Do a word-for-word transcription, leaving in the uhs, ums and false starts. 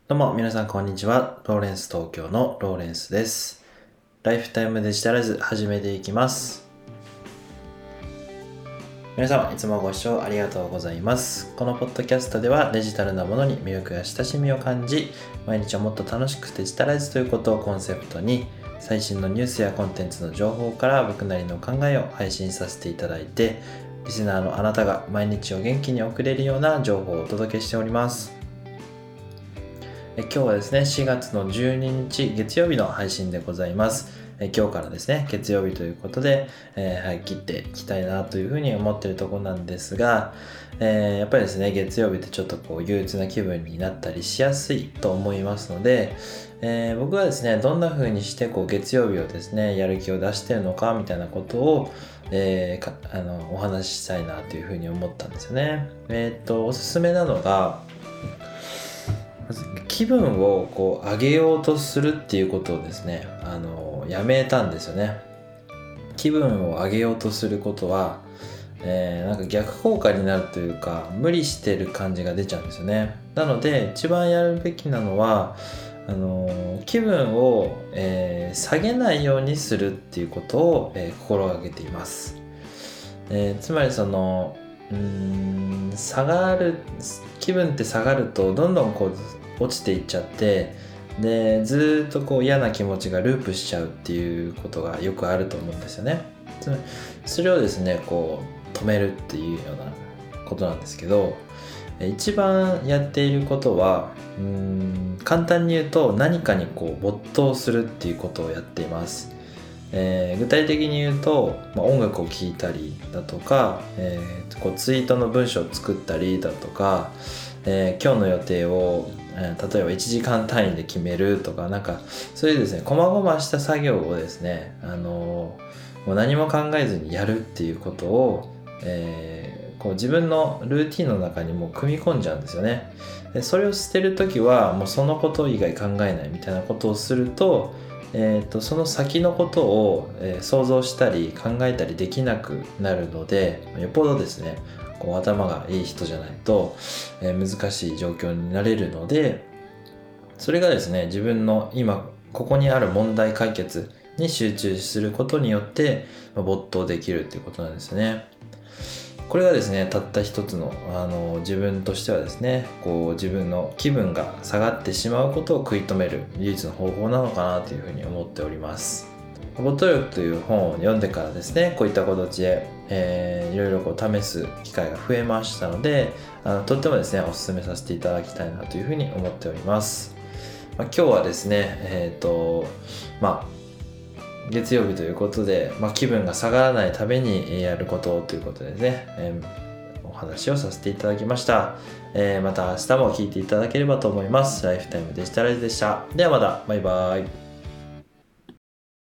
どうも皆さんこんにちは。ローレンス東京のローレンスです。ライフタイムデジタライズ始めていきます。皆様いつもご視聴ありがとうございます。このポッドキャストではデジタルなものに魅力や親しみを感じ、毎日をもっと楽しくデジタライズということをコンセプトに、最新のニュースやコンテンツの情報から僕なりの考えを配信させていただいて、リスナーのあなたが毎日を元気に送れるような情報をお届けしております。え今日はですねしがつのじゅうににち月曜日の配信でございます。え今日からですね月曜日ということで、えー、はい、切っていきたいなというふうに思っているところなんですが、えー、やっぱりですね月曜日ってちょっとこう憂鬱な気分になったりしやすいと思いますので、えー、僕はですねどんな風にしてこう月曜日をですねやる気を出しているのかみたいなことを、えー、かあのお話ししたいなというふうに思ったんですよね。えー、っとおすすめなのがまず気分をこう上げようとするっていうことをですねあのやめたんですよね。気分を上げようとすることは、えー、なんか逆効果になるというか無理してる感じが出ちゃうんですよね。なので一番やるべきなのはあの気分を、えー、下げないようにするっていうことを、えー、心がけています。えー、つまりそのうーん下がる気分って下がるとどんどんこう落ちていっちゃってでずっとこう嫌な気持ちがループしちゃうっていうことがよくあると思うんですよね。それをですねこう止めるっていうようなことなんですけど、一番やっていることはうーん簡単に言うと何かにこう没頭するっていうことをやっています。えー、具体的に言うと、まあ、音楽を聴いたりだとか、えー、こうツイートの文章を作ったりだとか、えー、今日の予定を、えー、例えばいちじかん単位で決めるとかなんかそういうですね細々した作業をですね、あのー、もう何も考えずにやるっていうことを、えー、こう自分のルーティンの中にもう組み込んじゃうんですよね。でそれを捨てるときはもうそのこと以外考えないみたいなことをするとえー、とその先のことを、えー、想像したり考えたりできなくなるのでよっぽどですねこう頭がいい人じゃないと、えー、難しい状況になれるのでそれがですね自分の今ここにある問題解決に集中することによって、まあ、没頭できるっていうことなんですね。これがですねたった一つの、あの自分としてはですねこう自分の気分が下がってしまうことを食い止める唯一の方法なのかなというふうに思っております。没頭力という本を読んでからですねこういった形で、えー、いろいろこう試す機会が増えましたのであのとってもですねお勧めさせていただきたいなというふうに思っております。まあ、今日はですねえっ、ー、とまあ月曜日ということで、まあ、気分が下がらないためにやることということでね、えー、お話をさせていただきました、えー、また明日も聞いていただければと思います。ライフタイムデジタライズでした。ではまた、バイバイ。